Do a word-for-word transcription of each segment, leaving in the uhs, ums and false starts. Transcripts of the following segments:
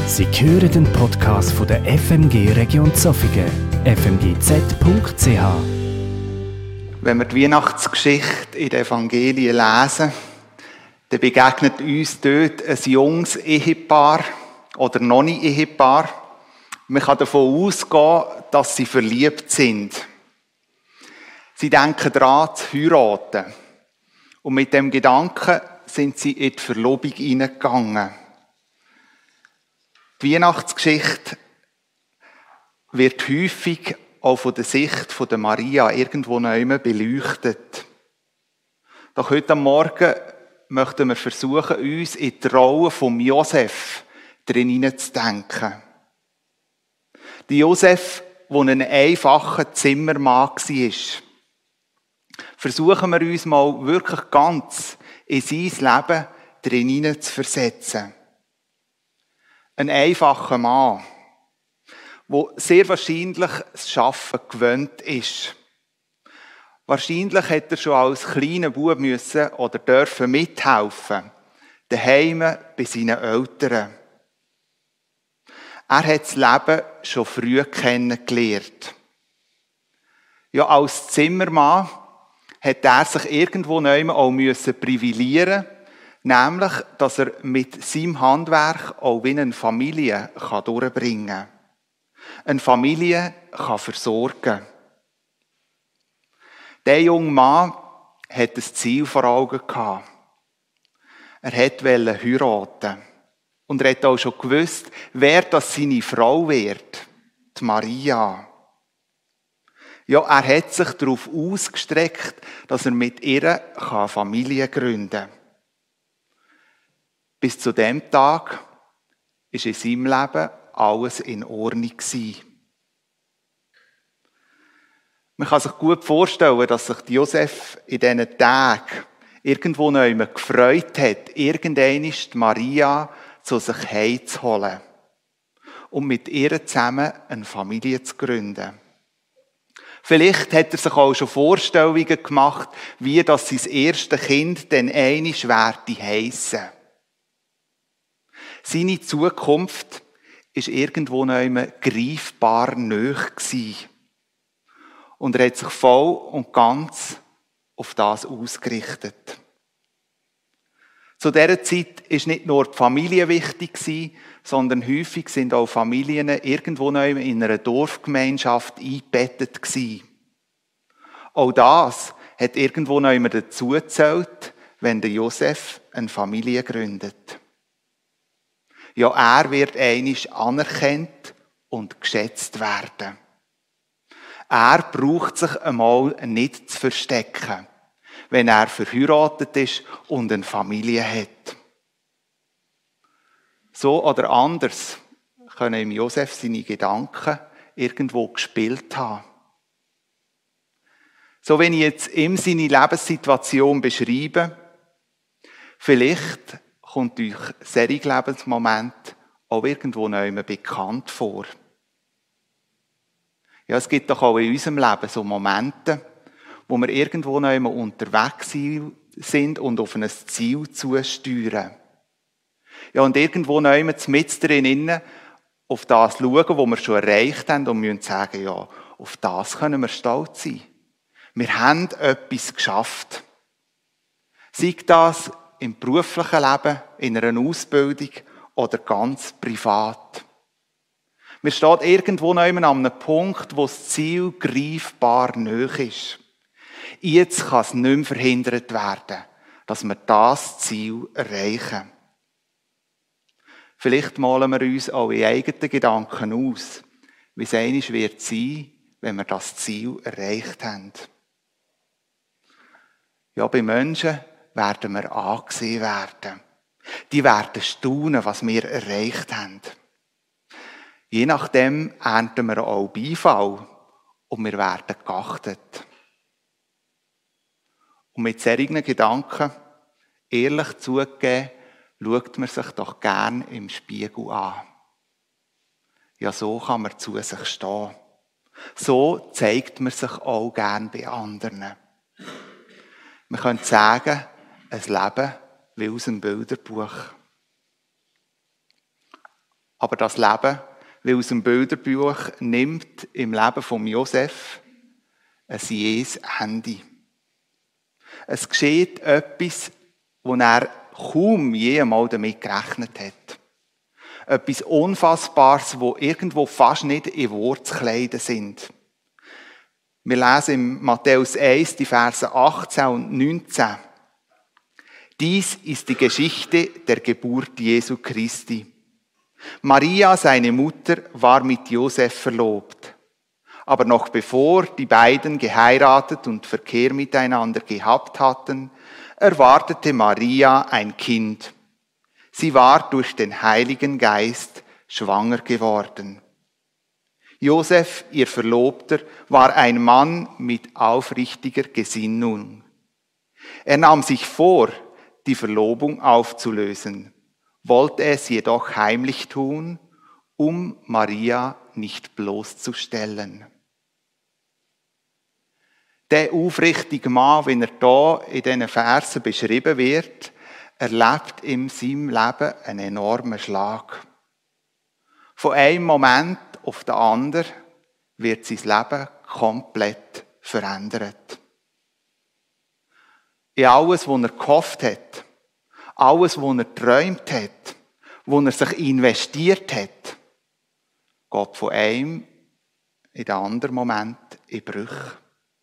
Sie hören den Podcast von der F M G Region Zofingen, f m g z punkt c h. Wenn wir die Weihnachtsgeschichte in den Evangelien lesen, dann begegnet uns dort ein junges Ehepaar oder noch nicht Ehepaar. Man kann davon ausgehen, dass sie verliebt sind. Sie denken daran, zu heiraten. Und mit dem Gedanken sind sie in die Verlobung hineingegangen. Die Weihnachtsgeschichte wird häufig auch von der Sicht von der Maria irgendwo noch immer beleuchtet. Doch heute Morgen möchten wir versuchen, uns in die Rolle von Josef drin hineinzudenken. Der Josef, der ein einfacher Zimmermann war. Versuchen wir uns mal wirklich ganz in sein Leben drin hineinzuversetzen. Ein einfacher Mann, der sehr wahrscheinlich das Arbeiten gewöhnt ist. Wahrscheinlich hätte er schon als kleiner Bub müssen oder dürfen mithelfen, daheim bei seinen Eltern. Er hat das Leben schon früh kennengelernt. Ja, als Zimmermann hat er sich irgendwo neu auch müssen privilegieren, nämlich, dass er mit seinem Handwerk auch wie eine Familie kann durchbringen kann. Eine Familie kann versorgen. Der junge Mann hat ein Ziel vor Augen gehabt. Er wollte heiraten. Und er hat auch schon gewusst, wer das seine Frau wird. Die Maria. Ja, er hat sich darauf ausgestreckt, dass er mit ihr eine Familie gründen kann. Bis zu dem Tag war in seinem Leben alles in Ordnung. Man kann sich gut vorstellen, dass sich Josef in diesen Tagen irgendwo noch immer gefreut hat, irgendwann die Maria zu sich heimzuholen und mit ihr zusammen eine Familie zu gründen. Vielleicht hat er sich auch schon Vorstellungen gemacht, wie das sein erstes Kind dann einmal werde heissen. Seine Zukunft war irgendwo noch immer greifbar nahe gewesen. Und er hat sich voll und ganz auf das ausgerichtet. Zu dieser Zeit war nicht nur die Familie wichtig, sondern häufig sind auch Familien irgendwo noch in einer Dorfgemeinschaft eingebettet gewesen. Auch das hat irgendwo noch immer dazu gezählt, wenn der Josef eine Familie gründet. Ja, er wird einmal anerkannt und geschätzt werden. Er braucht sich einmal nicht zu verstecken, wenn er verheiratet ist und eine Familie hat. So oder anders können im Josef seine Gedanken irgendwo gespielt haben. So wenn ich jetzt ihm seine Lebenssituation beschreibe, vielleicht kommt euch solch Lebensmoment auch irgendwo noch immer bekannt vor. Ja, es gibt doch auch in unserem Leben so Momente, wo wir irgendwo noch immer unterwegs sind und auf ein Ziel zusteuern. Ja, und irgendwo noch immer mit drin auf das schauen, was wir schon erreicht haben und müssen sagen, ja, auf das können wir stolz sein. Wir haben etwas geschafft. Sei das im beruflichen Leben, in einer Ausbildung oder ganz privat. Wir stehen irgendwo noch immer an einem Punkt, wo das Ziel greifbar nahe ist. Jetzt kann es nicht mehr verhindert werden, dass wir das Ziel erreichen. Vielleicht malen wir uns auch in eigenen Gedanken aus, wie es einmal wird sein, wenn wir das Ziel erreicht haben. Ja, bei Menschen werden wir angesehen werden. Die werden staunen, was wir erreicht haben. Je nachdem ernten wir auch Beifall und wir werden geachtet. Und mit solchen Gedanken, ehrlich zugegeben, schaut man sich doch gern im Spiegel an. Ja, so kann man zu sich stehen. So zeigt man sich auch gern bei anderen. Man könnte sagen, ein Leben wie aus einem Bilderbuch. aber das Leben, wie aus dem Bilderbuch, nimmt im Leben von Josef ein jähes Ende. Es geschieht etwas, wo er kaum jemals damit gerechnet hat. Etwas Unfassbares, wo irgendwo fast nicht in Worte zu kleiden sind. Wir lesen in Matthäus eins, die Verse achtzehn und neunzehn. Dies ist die Geschichte der Geburt Jesu Christi. Maria, seine Mutter, war mit Josef verlobt. Aber noch bevor die beiden geheiratet und Verkehr miteinander gehabt hatten, erwartete Maria ein Kind. Sie war durch den Heiligen Geist schwanger geworden. Josef, ihr Verlobter, war ein Mann mit aufrichtiger Gesinnung. Er nahm sich vor, die Verlobung aufzulösen, wollte es jedoch heimlich tun, um Maria nicht bloßzustellen. Der aufrichtige Mann, wie er hier in diesen Versen beschrieben wird, erlebt in seinem Leben einen enormen Schlag. Von einem Moment auf den anderen wird sein Leben komplett verändert. In alles, was er gehofft hat, alles, was er geträumt hat, wo er sich investiert hat, geht von einem in den anderen Moment in Brüche.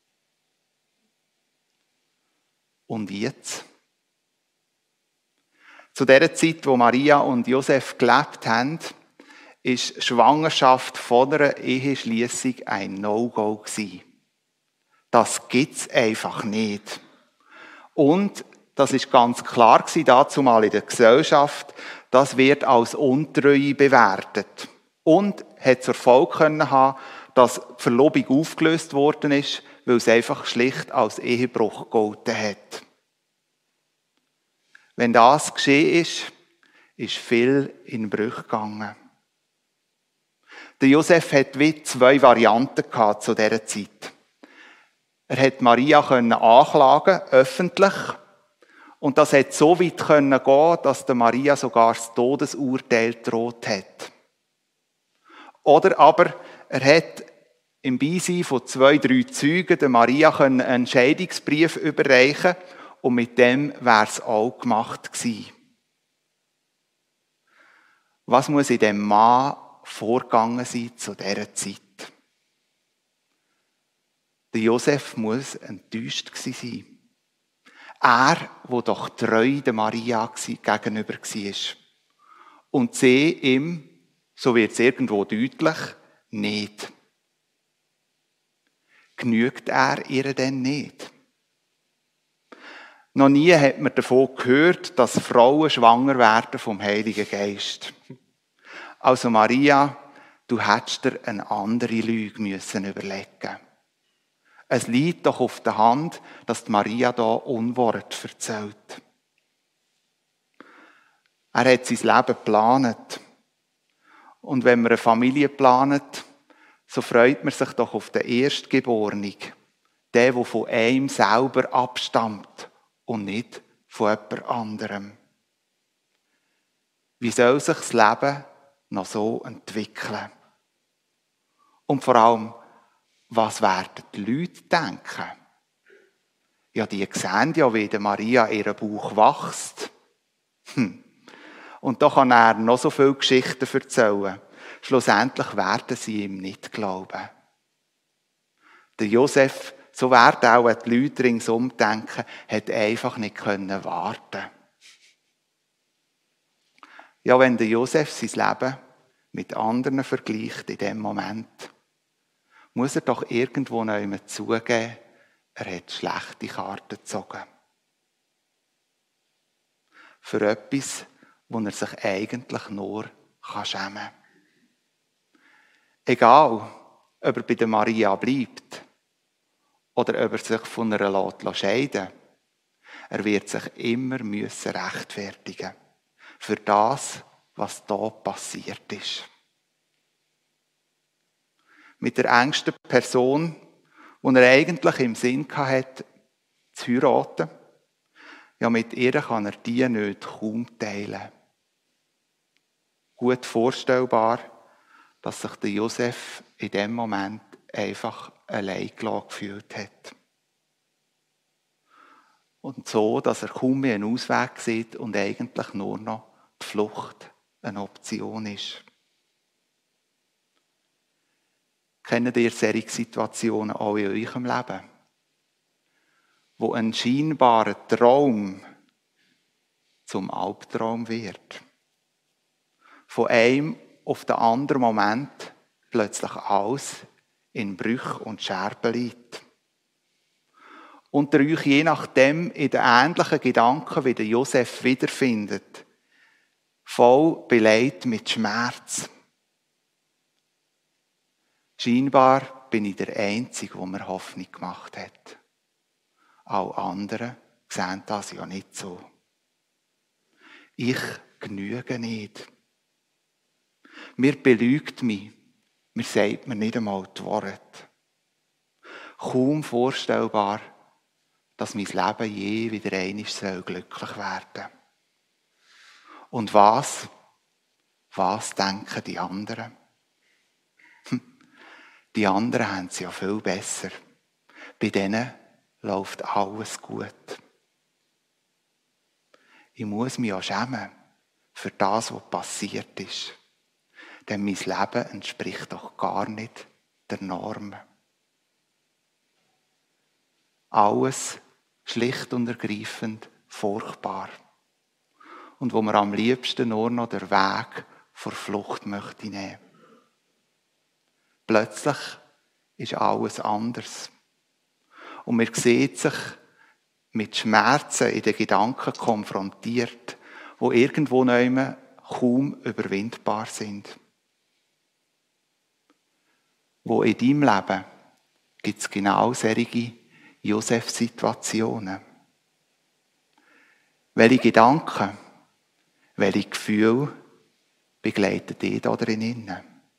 Und jetzt? Zu der Zeit, wo Maria und Josef gelebt haben, ist Schwangerschaft vor einer Eheschliessung ein No-Go gewesen. Das gibt's einfach nicht. Und das ist ganz klar gewesen, dazu mal in der Gesellschaft, das wird als Untreue bewertet. Und hat zur Folge können haben, dass die Verlobung aufgelöst worden ist, weil es einfach schlicht als Ehebruch gegolten hat. Wenn das geschehen ist, ist viel in Brüche gegangen. Der Josef hat wie zwei Varianten gehabt zu dieser Zeit. Er hat Maria können anklagen, öffentlich. Und das hat so weit können gehen, dass der Maria sogar das Todesurteil gedroht hat. Oder aber er hat im Beisein von zwei, drei Zeugen der Maria einen Entscheidungsbrief überreichen und mit dem wäre es auch gemacht gewesen. Was muss in dem Mann vorgegangen sein zu dieser Zeit? Der Josef muss enttäuscht gewesen sein. Er, der doch treu der Maria gegenüber war. Und sie ihm, so wird es irgendwo deutlich, nicht. Genügt er ihr denn nicht? Noch nie hat man davon gehört, dass Frauen schwanger werden vom Heiligen Geist. Also Maria, du hättest dir eine andere Lüge müssen überlegen. Es liegt doch auf der Hand, dass die Maria da Unwort erzählt. Er hat sein Leben geplant. Und wenn man eine Familie plant, so freut man sich doch auf den Erstgeborenen, den, der von einem selber abstammt und nicht von jemand anderem. Wie soll sich das Leben noch so entwickeln? Und vor allem, was werden die Leute denken? Ja, die sehen ja, wie Maria ihren Bauch wächst. Hm. Und da kann er noch so viele Geschichten erzählen. Schlussendlich werden sie ihm nicht glauben. Der Josef, so werden auch die Leute ringsum denken, hat einfach nicht können warten. Ja, wenn der Josef sein Leben mit anderen vergleicht in dem Moment, muss er doch irgendwo noch einmal zugeben, er hat schlechte Karten gezogen. Für etwas, wo er sich eigentlich nur schämen kann. Egal, ob er bei der Maria bleibt oder ob er sich von einer scheiden lässt, er wird sich immer müssen rechtfertigen für das, was da passiert ist. Mit der engsten Person, die er eigentlich im Sinn hatte, zu heiraten, ja, mit ihr kann er die nicht kaum teilen. gut vorstellbar, dass sich der Josef in dem Moment einfach allein gelassen gefühlt hat. Und so, dass er kaum mehr einen Ausweg sieht und eigentlich nur noch die Flucht eine Option ist. Kennt ihr solche Situationen auch in eurem Leben? Wo ein scheinbarer Traum zum Albtraum wird. Von einem auf den anderen Moment plötzlich alles in Brüch und Scherben liegt. Und ihr euch je nachdem in den ähnlichen Gedanken wie der Josef wiederfindet, voll beleidigt mit Schmerz. Scheinbar bin ich der Einzige, der mir Hoffnung gemacht hat. Alle anderen sehen das ja nicht so. Ich genüge nicht. Mir belügt mich. Mir sagt mir nicht einmal die Worte. Kaum vorstellbar, dass mein Leben je wieder einmal glücklich werden soll. Und was? Was denken die anderen? Die anderen haben es ja viel besser. Bei denen läuft alles gut. Ich muss mich ja schämen für das, was passiert ist. Denn mein Leben entspricht doch gar nicht der Norm. Alles schlicht und ergreifend furchtbar. Und wo man am liebsten nur noch den Weg vor Flucht möchte nehmen. Plötzlich ist alles anders. Und man sieht sich mit Schmerzen in den Gedanken konfrontiert, wo irgendwo neume kaum überwindbar sind. Wo in deinem Leben gibt es genau solche Josef-Situationen. Welche Gedanken, welche Gefühle begleiten dich da drinnen?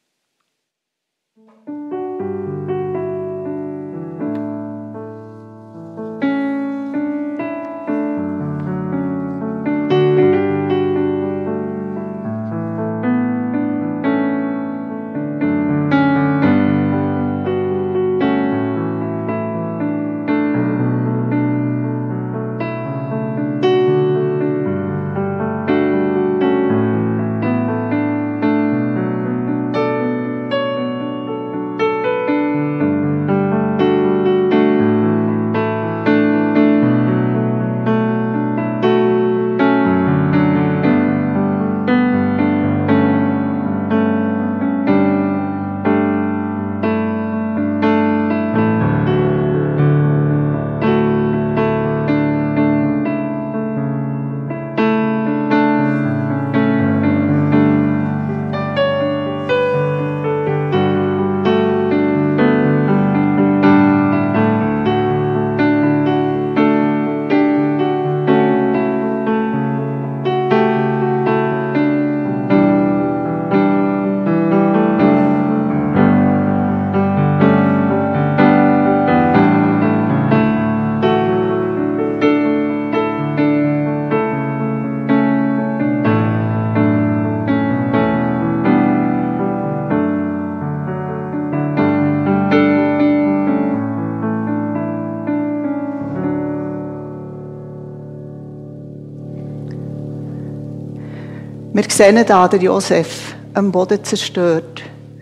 Wir sehen hier den Josef am Boden zerstört.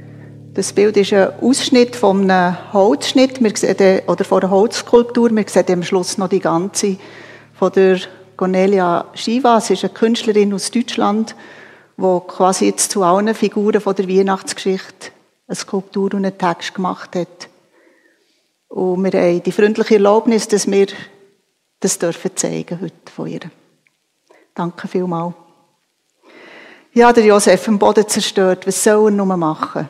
Das Bild ist ein Ausschnitt von einem Holzschnitt wir sehen den, oder von einer Holzskulptur. Wir sehen am Schluss noch die ganze von der Cornelia Schiva. Sie ist eine Künstlerin aus Deutschland, die quasi jetzt zu allen Figuren von der Weihnachtsgeschichte eine Skulptur und einen Text gemacht hat. Und wir haben die freundliche Erlaubnis, dass wir das dürfen zeigen heute von ihr. Danke vielmals. Ja, der Josef am Boden zerstört. Was soll er nur machen?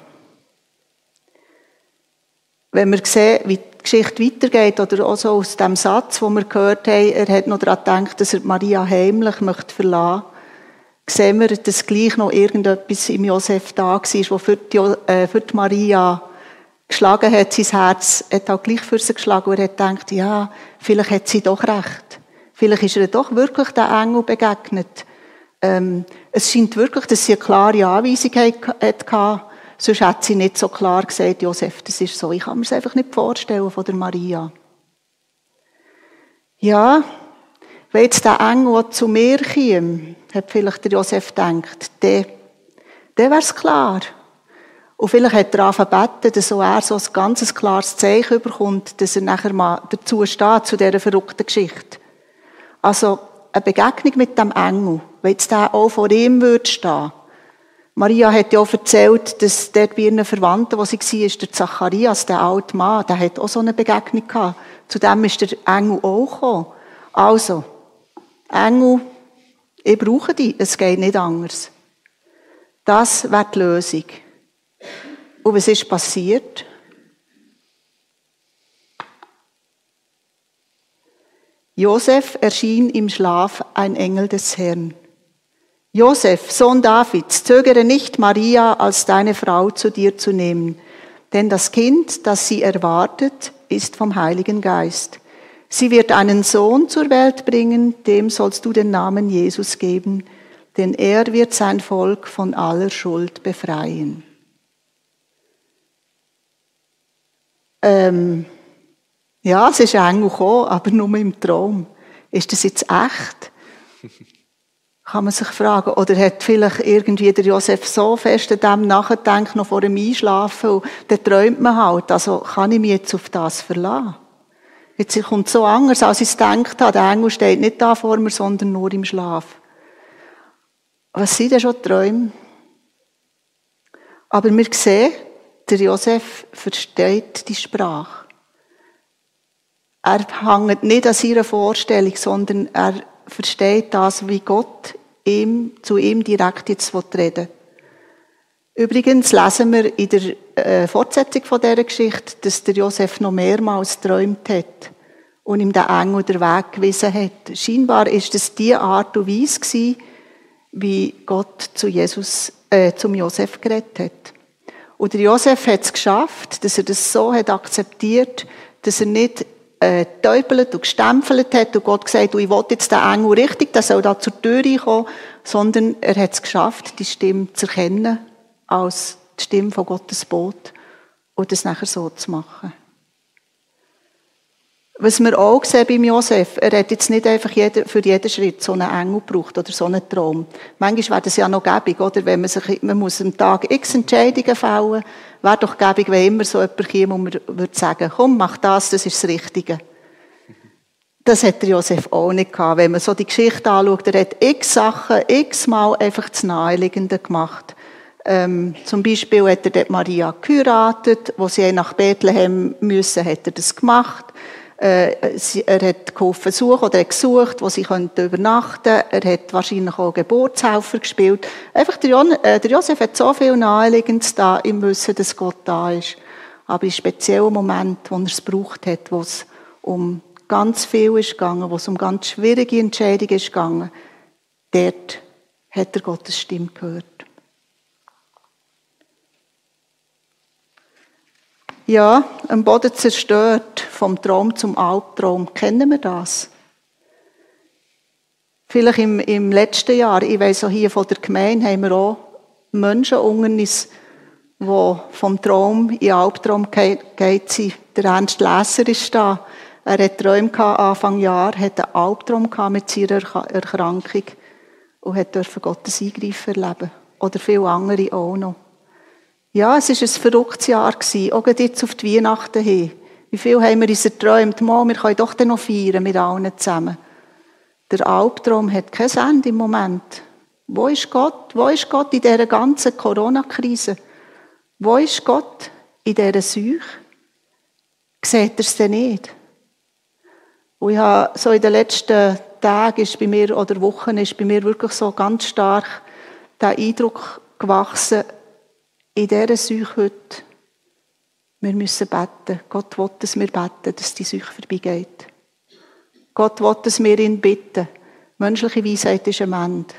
Wenn wir sehen, wie die Geschichte weitergeht, oder auch so aus dem Satz, den wir gehört haben, er hat noch daran gedacht, dass er Maria heimlich möchte verlassen möchte, sehen wir, dass gleich noch irgendetwas im Josef da war, das für die, äh, für die Maria geschlagen hat. Sein Herz hat auch gleich für sie geschlagen und er hat gedacht, ja, vielleicht hat sie doch recht. Vielleicht ist er doch wirklich der Engel begegnet, Ähm, es scheint wirklich, dass sie eine klare Anweisung hatte. Sonst hat sie nicht so klar gesagt, Josef, das ist so. Ich kann mir es einfach nicht vorstellen von der Maria. Ja, wenn jetzt der Engel zu mir käme, hat vielleicht der Josef gedacht, dann, dann wäre es klar. Und vielleicht hat er angefangen zu beten, dass auch er so ein ganz klares Zeichen bekommt, dass er nachher mal dazu steht, zu dieser verrückten Geschichte. Also, eine Begegnung mit dem Engel, wenn jetzt der auch vor ihm würde stehen. Maria hat ja auch erzählt, dass dort bei ihren Verwandten, wo sie war, der Zacharias, der alte Mann, der hat auch so eine Begegnung gehabt. Zu dem ist der Engel auch gekommen. Also, Engel, ich brauche dich, es geht nicht anders. Das wäre die Lösung. Und was ist passiert? Josef erschien im Schlaf ein Engel des Herrn. Josef, Sohn Davids, zögere nicht, Maria als deine Frau zu dir zu nehmen, denn das Kind, das sie erwartet, ist vom Heiligen Geist. Sie wird einen Sohn zur Welt bringen, dem sollst du den Namen Jesus geben, denn er wird sein Volk von aller Schuld befreien. Ähm, ja, es ist ein Engel gekommen, aber nur im Traum. Ist das jetzt echt? Kann man sich fragen. Oder hat vielleicht irgendwie der Josef so fest an dem nachgedacht, noch vor dem Einschlafen, und dann träumt man halt. Also kann ich mich jetzt auf das verlassen? Jetzt kommt es so anders, als ich es gedacht habe. Der Engel steht nicht da vor mir, sondern nur im Schlaf. Was sind denn schon Träume? Aber wir sehen, der Josef versteht die Sprache. Er hängt nicht an seiner Vorstellung, sondern er versteht das, wie Gott ihm, zu ihm direkt jetzt reden will. Übrigens lesen wir in der äh, Fortsetzung von dieser Geschichte, dass der Josef noch mehrmals geträumt hat und ihm den Engel den Weg gewiesen hat. Scheinbar ist es die Art und Weise gewesen, wie Gott zu Jesus, äh, zum Josef geredet hat. Und der Josef hat es geschafft, dass er das so hat akzeptiert, dass er nicht äh, getäubelt und gestempelt hat und Gott gesagt, ich will jetzt den Engel richtig, der soll da zur Tür reinkommen, sondern er hat es geschafft, die Stimme zu erkennen als die Stimme von Gottes Boot und das nachher so zu machen. Was wir auch sehen beim Josef, er hat jetzt nicht einfach jeder, für jeden Schritt so einen Engel gebraucht oder so einen Traum. Manchmal wäre das ja noch gäbig, oder? Wenn man sich, man muss am Tag x Entscheidungen fällen, wäre doch gäbig, wenn immer so jemand käme und man würde sagen, komm, mach das, das ist das Richtige. Das hat der Josef auch nicht gehabt. Wenn man so die Geschichte anschaut, er hat x Sachen, x Mal einfach das Naheliegende gemacht. Ähm, zum Beispiel hat er dort Maria geheiratet, wo sie nach Bethlehem müssen, hat er das gemacht. Äh, sie, er hat geholfen suchen oder hat gesucht, wo sie könnten übernachten. Er hat wahrscheinlich auch Geburtshelfer gespielt. Einfach der, Jon, äh, der Josef hat so viel Naheliegendes da im Wissen, dass Gott da ist. Aber in speziellen Momenten, wo er es gebraucht hat, wo es um ganz viel ist gegangen, wo es um ganz schwierige Entscheidungen ist gegangen, dort hat er Gottes Stimme gehört. Ja, am Boden zerstört, vom Traum zum Albtraum. Kennen wir das? Vielleicht im, im letzten Jahr, ich weiss auch hier von der Gemeinde, haben wir auch Menschen unter uns, die vom Traum in Albtraum geht sind. Der Ernst Lässer ist da. Er hat Träume gehabt, Anfang Jahr, hat einen Albtraum gehabt mit seiner Erkrankung und hat Gottes Eingreifen erleben. Oder viele andere auch noch. Ja, es war ein verrücktes Jahr, auch jetzt auf die Weihnachten hin. Wie viel haben wir uns erträumt? Mal, wir können doch dann noch feiern mit allen zusammen. Der Albtraum hat kein Ende im Moment. Wo ist Gott? Wo ist Gott in dieser ganzen Corona-Krise? Wo ist Gott in dieser Seuche? Seht ihr es denn nicht? Und ich habe so in den letzten Tagen ist bei mir, oder Wochen ist bei mir wirklich so ganz stark der Eindruck gewachsen, in dieser Seuche heute, wir müssen beten. Gott will, dass wir beten, dass die Seuche vorbeigeht. Gott will, dass wir ihn bitten. Menschliche Weisheit ist am Ende.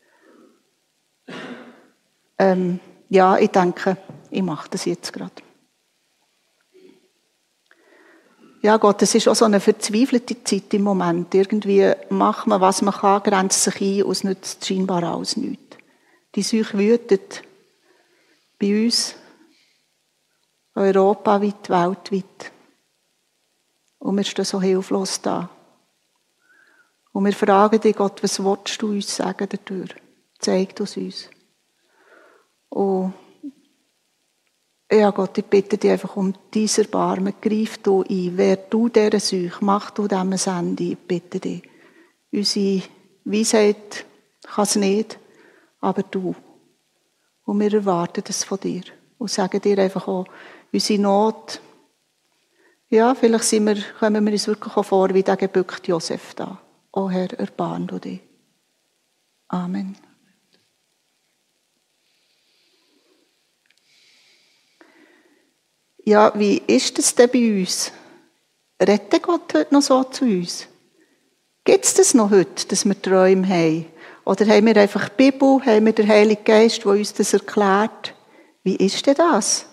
Ähm, ja, ich denke, ich mache das jetzt gerade. ja Gott, es ist auch so eine verzweifelte Zeit im Moment. Irgendwie macht man, was man kann, grenzt sich ein und es nützt scheinbar alles nichts. Die Seuche wütet bei uns, europaweit, weltweit. Und wir stehen so hilflos da. Und wir fragen dich, Gott, was willst du uns sagen dadurch? Zeig es uns. Und ja Gott, ich bitte dich einfach um diese Erbarmen. Greif du ein. Wer du dieser Seuche, mach du dem ein Ende. Ich bitte dich. Unsere Weisheit kann es nicht, aber du. Und wir erwarten das von dir. Und sagen dir einfach auch, unsere Not, ja, vielleicht sind wir, kommen wir uns wirklich auch vor wie der gebückte Josef da. O Herr, erbarm du dich. Amen. Ja, wie ist es denn bei uns? Redet Gott heute noch so zu uns? Gibt es das noch heute, dass wir Träume haben? Oder haben wir einfach die Bibel, haben wir den Heiligen Geist, der uns das erklärt? Wie ist denn das?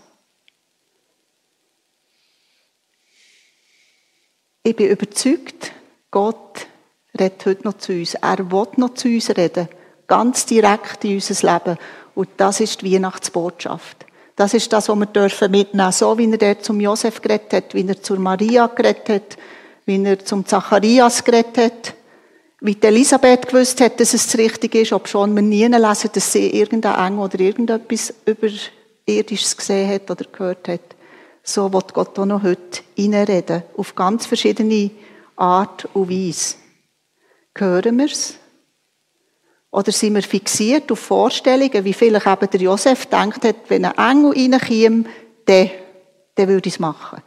Ich bin überzeugt, Gott redet heute noch zu uns. Er will noch zu uns reden. Ganz direkt in unser Leben. Und das ist die Weihnachtsbotschaft. Das ist das, was wir dürfen mitnehmen. So wie er dort zum Josef geredet hat, wie er zur Maria geredet hat, wie er zum Zacharias geredet hat, wie die Elisabeth gewusst hat, dass es das Richtige ist, ob schon wir nie lesen, dass sie irgendein Engel oder irgendetwas Überirdisches gesehen hat oder gehört hat. So wird Gott auch noch heute reinreden. Auf ganz verschiedene Art und Weise. Hören wir es? Oder sind wir fixiert auf Vorstellungen, wie vielleicht eben der Josef gedacht hat, wenn ein Engel reinkäme, dann, dann würde ich es machen.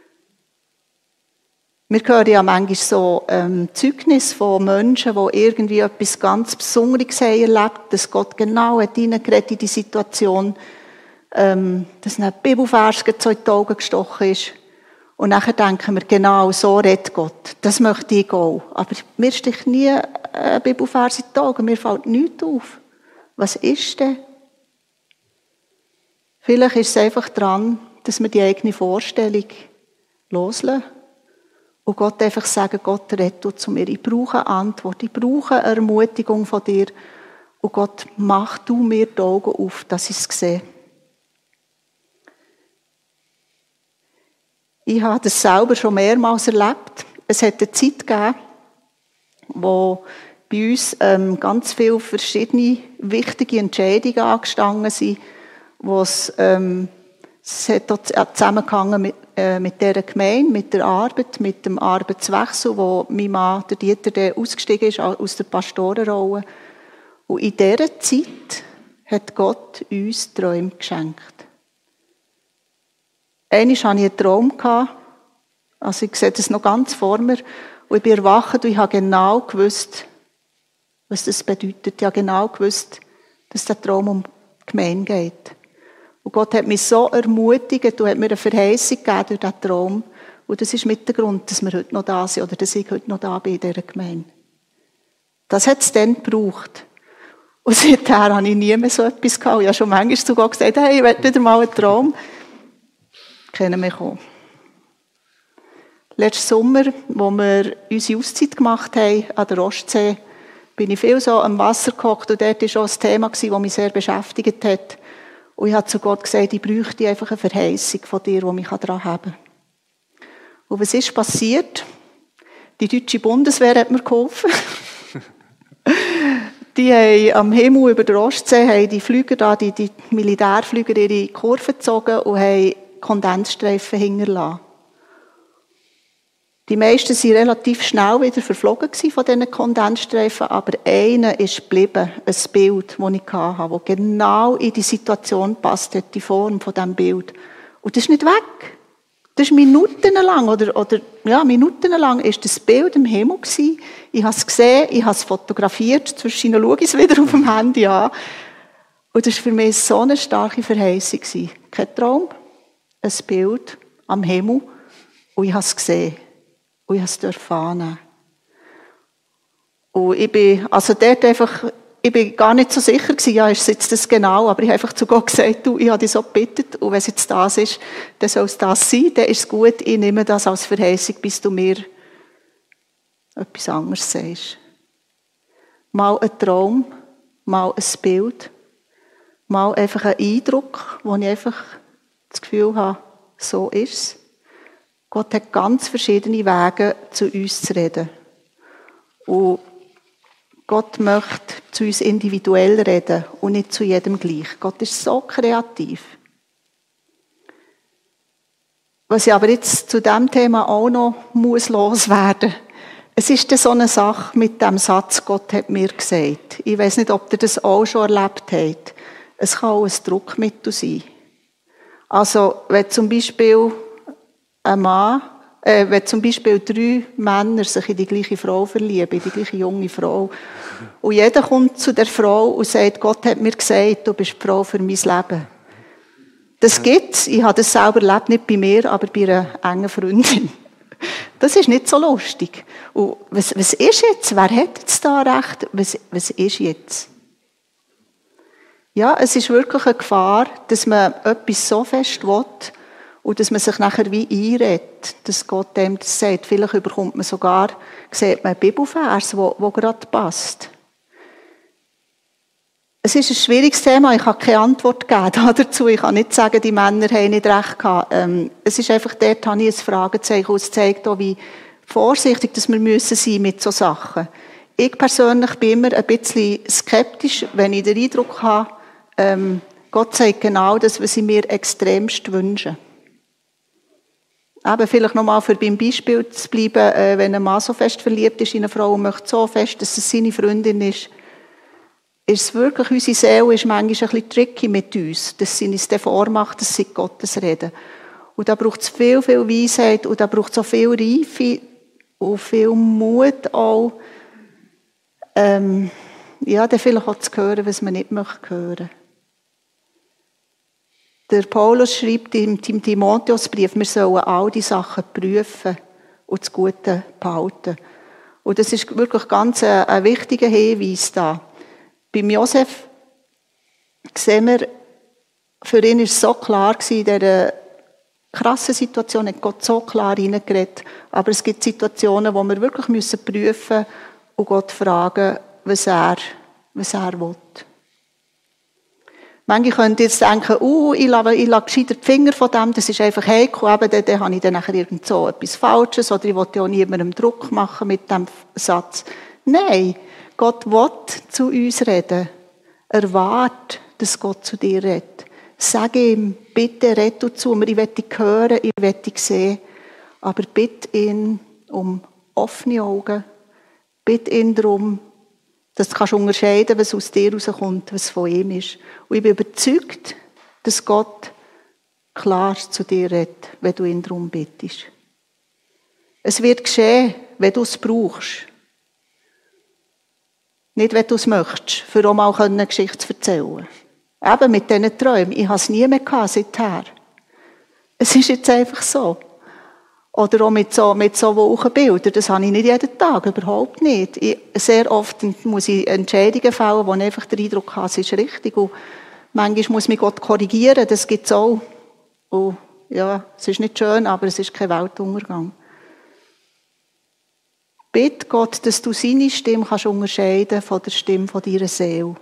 Wir hören ja manchmal so ähm, Zeugnisse von Menschen, die irgendwie etwas ganz Besonderes haben erlebt, dass Gott genau hat hineingeredet in die Situation, ähm, dass ein Bibelvers so in die Augen gestochen ist. Und nachher denken wir, genau, so redet Gott. Das möchte ich auch. Aber mir sticht nie ein Bibelvers in die Augen, mir fällt nichts auf. Was ist denn? Vielleicht ist es einfach dran, dass wir die eigene Vorstellung loslassen. Und Gott einfach sagen, Gott, red du zu mir. Ich brauche eine Antwort, ich brauche eine Ermutigung von dir. Und Gott, mach du mir die Augen auf, dass ich es sehe. Ich habe das selber schon mehrmals erlebt. Es hat eine Zeit gegeben, wo bei uns ähm, ganz viele verschiedene wichtige Entscheidungen angestanden sind, wo es, ähm, es hat auch zusammengehangen mit, äh, mit dieser Gemeinde, mit der Arbeit, mit dem Arbeitswechsel, wo mein Mann, der Dieter, der ausgestiegen ist aus der Pastorenrolle. Und in dieser Zeit hat Gott uns Träume geschenkt. Einmal hatte ich einen Traum, also ich sehe das noch ganz vor mir, und ich bin erwacht und ich habe genau gewusst, was das bedeutet. Ich habe genau gewusst, dass der Traum um die Gemeinde geht. Und Gott hat mich so ermutigt und hat mir eine Verheißung gegeben durch diesen Traum. Und das ist mit der Grund, dass wir heute noch da sind oder dass ich heute noch da bin in dieser Gemeinde. Das hat es dann gebraucht. Und seither habe ich nie mehr so etwas gehabt. Ich habe schon manchmal sogar gesagt, hey, ich will wieder mal einen Traum. Kennen mich auch. Letzten Sommer, wo wir unsere Auszeit gemacht haben an der Ostsee, bin ich viel so am Wasser gehockt und dort war auch ein Thema, das mich sehr beschäftigt hat. Und ich habe zu Gott gesagt, ich bräuchte einfach eine Verheißung von dir, die mich daran haben kann. Und was ist passiert? Die deutsche Bundeswehr hat mir geholfen. Die haben am Himmel über der Ostsee haben die Flüger da, die, die Militärflüger ihre Kurve gezogen und haben Kondensstreifen hinterlassen. Die meisten waren relativ schnell wieder verflogen von diesen Kondensstreifen, aber einer ist geblieben, ein Bild, das ich hatte, das genau in die Situation passt hat, die Form von diesem Bild. Und das ist nicht weg. Das ist minutenlang, oder, oder, ja, minutenlang ist das Bild im Himmel gewesen. Ich habe es gesehen, ich habe es fotografiert, zwischendurch schaue ich es wieder auf dem Handy an. Und das war für mich so eine starke Verheißung. Kein Traum, ein Bild am Himmel, und ich habe es gesehen. Und ich durfte es annehmen. Und ich bin, also dort einfach ich bin gar nicht so sicher gewesen, ja, ist es jetzt das genau, aber ich habe einfach zu Gott gesagt, du, ich habe dich so gebeten, und wenn es jetzt das ist, dann soll es das sein, dann ist es gut, ich nehme das als Verheißung, bis du mir etwas anderes sagst. Mal ein Traum, mal ein Bild, mal einfach ein Eindruck, wo ich einfach das Gefühl habe, so ist es. Gott hat ganz verschiedene Wege, zu uns zu reden. Und Gott möchte zu uns individuell reden und nicht zu jedem gleich. Gott ist so kreativ. Was ich aber jetzt zu diesem Thema auch noch muss loswerden. Es ist so eine Sache mit dem Satz, Gott hat mir gesagt. Ich weiß nicht, ob ihr das auch schon erlebt habt. Es kann auch ein Druckmittel sein. Also, wenn zum Beispiel ein Mann, äh, wenn zum Beispiel drei Männer sich in die gleiche Frau verlieben, in die gleiche junge Frau, und jeder kommt zu der Frau und sagt, Gott hat mir gesagt, du bist die Frau für mein Leben. Das gibt's. Ich habe das selber erlebt, nicht bei mir, aber bei einer engen Freundin. Das ist nicht so lustig. Und was, was ist jetzt? Wer hat jetzt da recht? Was, was ist jetzt? Ja, es ist wirklich eine Gefahr, dass man etwas so fest will und dass man sich nachher wie einredet, dass Gott dem das sagt. Vielleicht bekommt man sogar, sieht man einen Bibelvers, wo, wo gerade passt. Es ist ein schwieriges Thema, ich kann keine Antwort geben dazu. Ich kann nicht sagen, die Männer haben nicht recht gehabt. Ähm, es ist einfach, dort habe ich ein Fragezeichen, und es zeigt auch, wie vorsichtig dass wir müssen sein mit solchen Sachen. Ich persönlich bin immer ein bisschen skeptisch, wenn ich den Eindruck habe, ähm, Gott sagt genau das, was ich mir extremst wünsche. Eben vielleicht nochmal für beim Beispiel zu bleiben, äh, wenn ein Mann so fest verliebt ist in eine Frau und möchte so fest, dass es seine Freundin ist, ist es wirklich, unsere Seele ist manchmal ein bisschen tricky mit uns, dass sie uns dann vormacht, dass sie Gottes reden. Und da braucht es viel, viel Weisheit und da braucht es auch viel Reife und viel Mut auch, ähm, ja, dann vielleicht auch zu hören, was man nicht möchte hören. Der Paulus schreibt im Timotheusbrief, wir sollen all die Sachen prüfen und das Gute behalten. Und das ist wirklich ganz ein, ein wichtiger Hinweis da. Beim Josef sehen wir, für ihn war es so klar, in dieser krassen Situation hat Gott so klar hineingeredet. Aber es gibt Situationen, wo wir wirklich müssen prüfen und Gott fragen, was er, was er will. Manche können jetzt denken, uh, ich lasse, ich lasse gescheiter die Finger von dem, das ist einfach heikel, aber dann, dann habe ich dann nachher irgend so etwas Falsches oder ich will ja auch niemandem Druck machen mit diesem Satz. Nein, Gott will zu uns reden. Erwarte, dass Gott zu dir redet. Sag ihm, bitte red du zu mir, ich will dich hören, ich will dich sehen, aber bitte ihn um offene Augen, bitte ihn darum, dass du kannst unterscheiden, was aus dir rauskommt, was von ihm ist. Und ich bin überzeugt, dass Gott klar zu dir redet, wenn du ihn darum bittest. Es wird geschehen, wenn du es brauchst. Nicht, wenn du es möchtest, für auch mal eine Geschichte zu erzählen. Eben mit diesen Träumen. Ich habe es nie mehr gehabt seither. Es ist jetzt einfach so. Oder auch mit so, mit so Wochenbildern. Das habe ich nicht jeden Tag, überhaupt nicht. Ich, sehr oft muss ich Entscheidungen fällen, wo ich einfach den Eindruck habe, es ist richtig. Und manchmal muss mich Gott korrigieren, das gibt es auch. Und ja, es ist nicht schön, aber es ist kein Weltuntergang. Bitte Gott, dass du seine Stimme kannst unterscheiden von der Stimme von deiner Seele.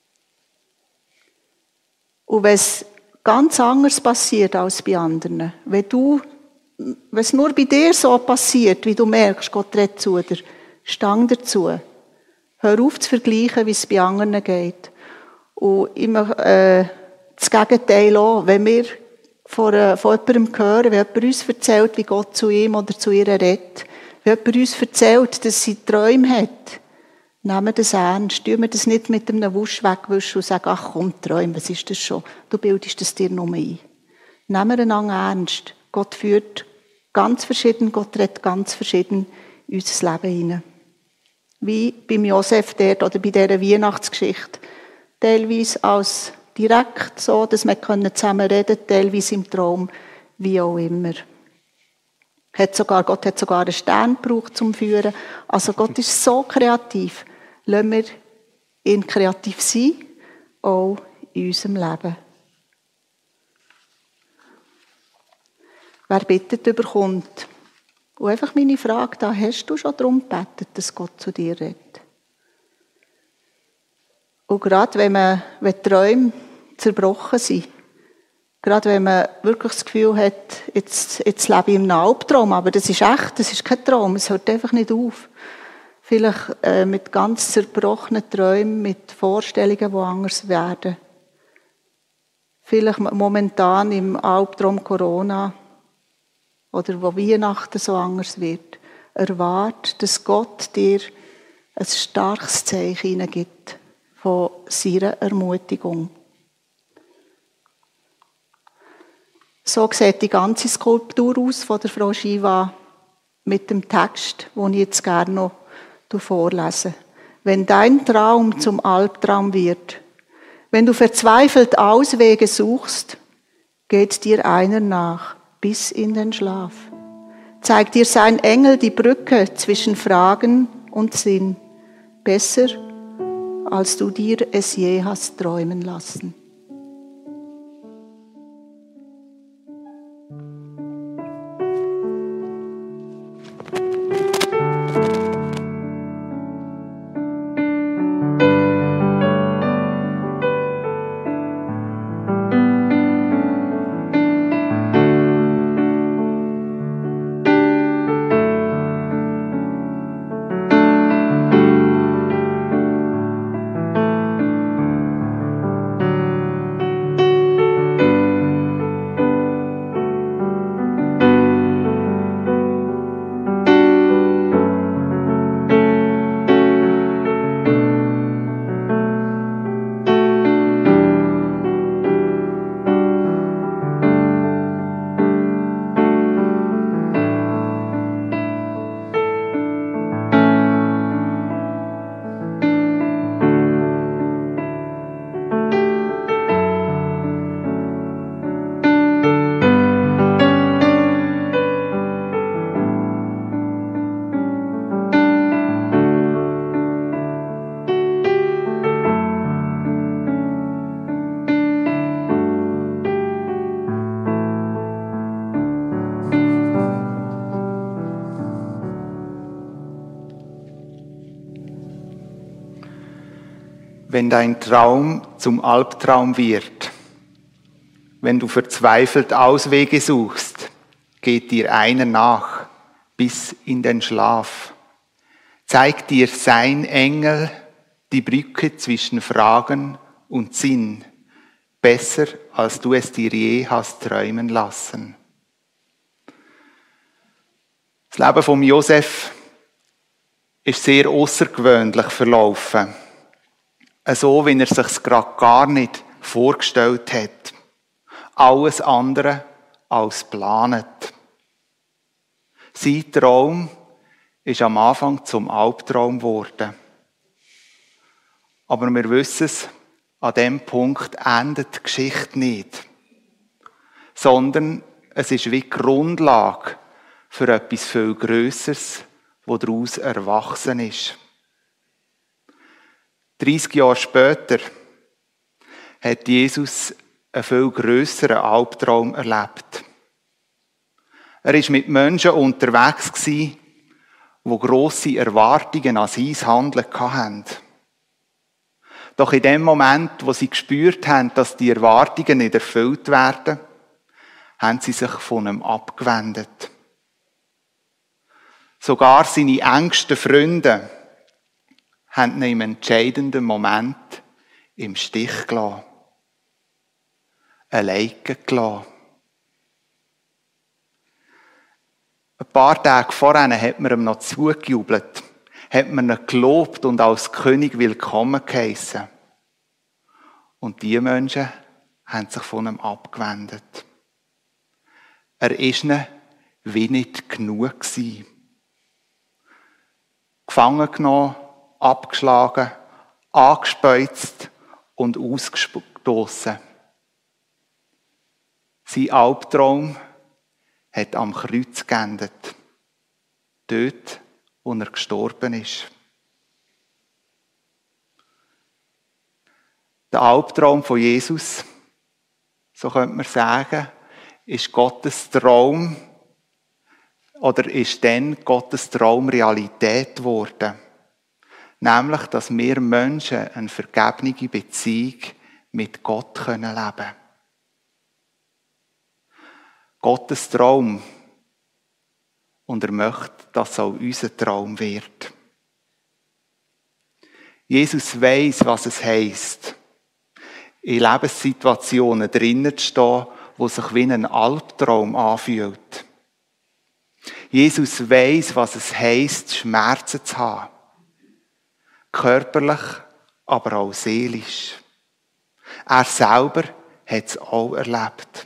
Und wenn es ganz anders passiert als bei anderen, wenn du, wenn es nur bei dir so passiert, wie du merkst, Gott redet zu dir, stang dazu. Hör auf zu vergleichen, wie es bei anderen geht. Und immer äh, das Gegenteil auch, wenn wir von, äh, von jemandem hören, wenn jemand uns erzählt, wie Gott zu ihm oder zu ihr redet, wenn jemand uns erzählt, dass sie Träume hat, nehmen wir das ernst. Tun wir das nicht mit einem Wusch wegwischen und sagen, ach komm, Träume, was ist das schon? Du bildest das dir nur ein. Nehmen wir einander ernst. Gott führt ganz verschieden, Gott redet ganz verschieden in unser Leben hinein. Wie beim Josef dort oder bei dieser Weihnachtsgeschichte. Teilweise als direkt so, dass wir zusammen reden können, teilweise im Traum, wie auch immer. Hat sogar, Gott hat sogar einen Stern gebraucht zum Führen. Also Gott ist so kreativ. Lassen wir ihn kreativ sein, auch in unserem Leben. Wer bittet, überkommt. Und einfach meine Frage da, hast du schon darum gebetet, dass Gott zu dir redet? Und gerade wenn man, wenn die Träume zerbrochen sind, gerade wenn man wirklich das Gefühl hat, jetzt, jetzt lebe ich im Albtraum, aber das ist echt, das ist kein Traum, es hört einfach nicht auf. Vielleicht äh, mit ganz zerbrochenen Träumen, mit Vorstellungen, die anders werden. Vielleicht momentan im Albtraum Corona oder wo Weihnachten so anders wird. Erwarte, dass Gott dir ein starkes Zeichen hineingibt von seiner Ermutigung. So sieht die ganze Skulptur aus von der Frau Shiva mit dem Text, den ich jetzt gerne noch vorlese. Wenn dein Traum zum Albtraum wird, wenn du verzweifelt Auswege suchst, geht dir einer nach bis in den Schlaf. Zeigt dir sein Engel die Brücke zwischen Fragen und Sinn, besser als du dir es je hast träumen lassen. Wenn dein Traum zum Albtraum wird, wenn du verzweifelt Auswege suchst, geht dir einer nach bis in den Schlaf. Zeigt dir sein Engel die Brücke zwischen Fragen und Sinn, besser als du es dir je hast träumen lassen. Das Leben von Josef ist sehr außergewöhnlich verlaufen. So, wie er es sich gerade gar nicht vorgestellt hat. Alles andere als geplant. Sein Traum ist am Anfang zum Albtraum geworden. Aber wir wissen es, an diesem Punkt endet die Geschichte nicht. Sondern es ist wie die Grundlage für etwas viel Grösseres, das daraus erwachsen ist. dreißig Jahre später hat Jesus einen viel grösseren Albtraum erlebt. Er war mit Menschen unterwegs, die grosse Erwartungen an sein Handeln hatten. Doch in dem Moment, wo sie gespürt haben, dass die Erwartungen nicht erfüllt werden, haben sie sich von ihm abgewendet. Sogar seine engsten Freunde haben ihn im entscheidenden Moment im Stich gelassen. Alleine gelassen. Ein paar Tage vorher hat man ihm noch zugejubelt, hat man ihn gelobt und als König willkommen geheissen. Und diese Menschen haben sich von ihm abgewendet. Er war ihnen wie nicht genug gewesen. Gefangen genommen, abgeschlagen, angespeuzt und ausgestossen. Sein Albtraum hat am Kreuz geendet. Dort, wo er gestorben ist. Der Albtraum von Jesus, so könnte man sagen, ist Gottes Traum oder ist dann Gottes Traum Realität geworden. Nämlich, dass wir Menschen eine vergebene Beziehung mit Gott leben können. Gottes Traum. Und er möchte, dass es auch unser Traum wird. Jesus weiss, was es heisst, in Lebenssituationen drinnen zu stehen, wo sich wie ein Albtraum anfühlt. Jesus weiss, was es heisst, Schmerzen zu haben. Körperlich, aber auch seelisch. Er selber hat es auch erlebt.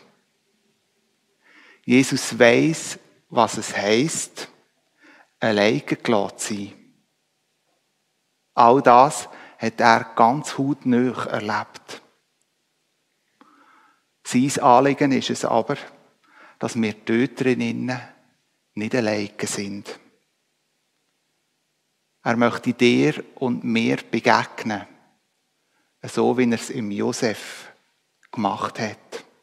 Jesus weiss, was es heisst, alleine gelassen zu sein. All das hat er ganz hautnah erlebt. Sein Anliegen ist es aber, dass wir dort drinnen nicht alleine sind. Er möchte dir und mir begegnen, so wie er es im Josef gemacht hat.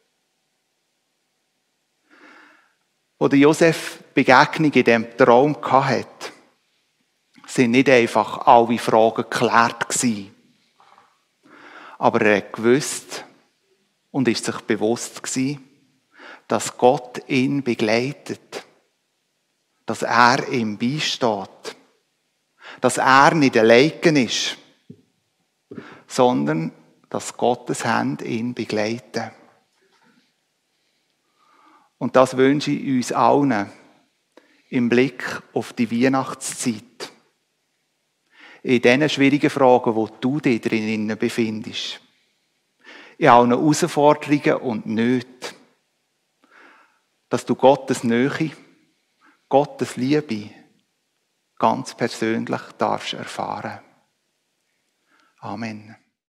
Wo der Josef Begegnung in diesem Traum hatte, sind nicht einfach alle Fragen geklärt gewesen. Aber er hat gewusst und ist sich bewusst gewesen, dass Gott ihn begleitet, dass er ihm beisteht, dass er nicht allein ist, sondern dass Gottes Hände ihn begleiten. Und das wünsche ich uns allen im Blick auf die Weihnachtszeit. In diesen schwierigen Fragen, wo du dich drinnen befindest. In allen Herausforderungen und Nöten. Dass du Gottes Nähe, Gottes Liebe ganz persönlich darfst erfahren. Amen.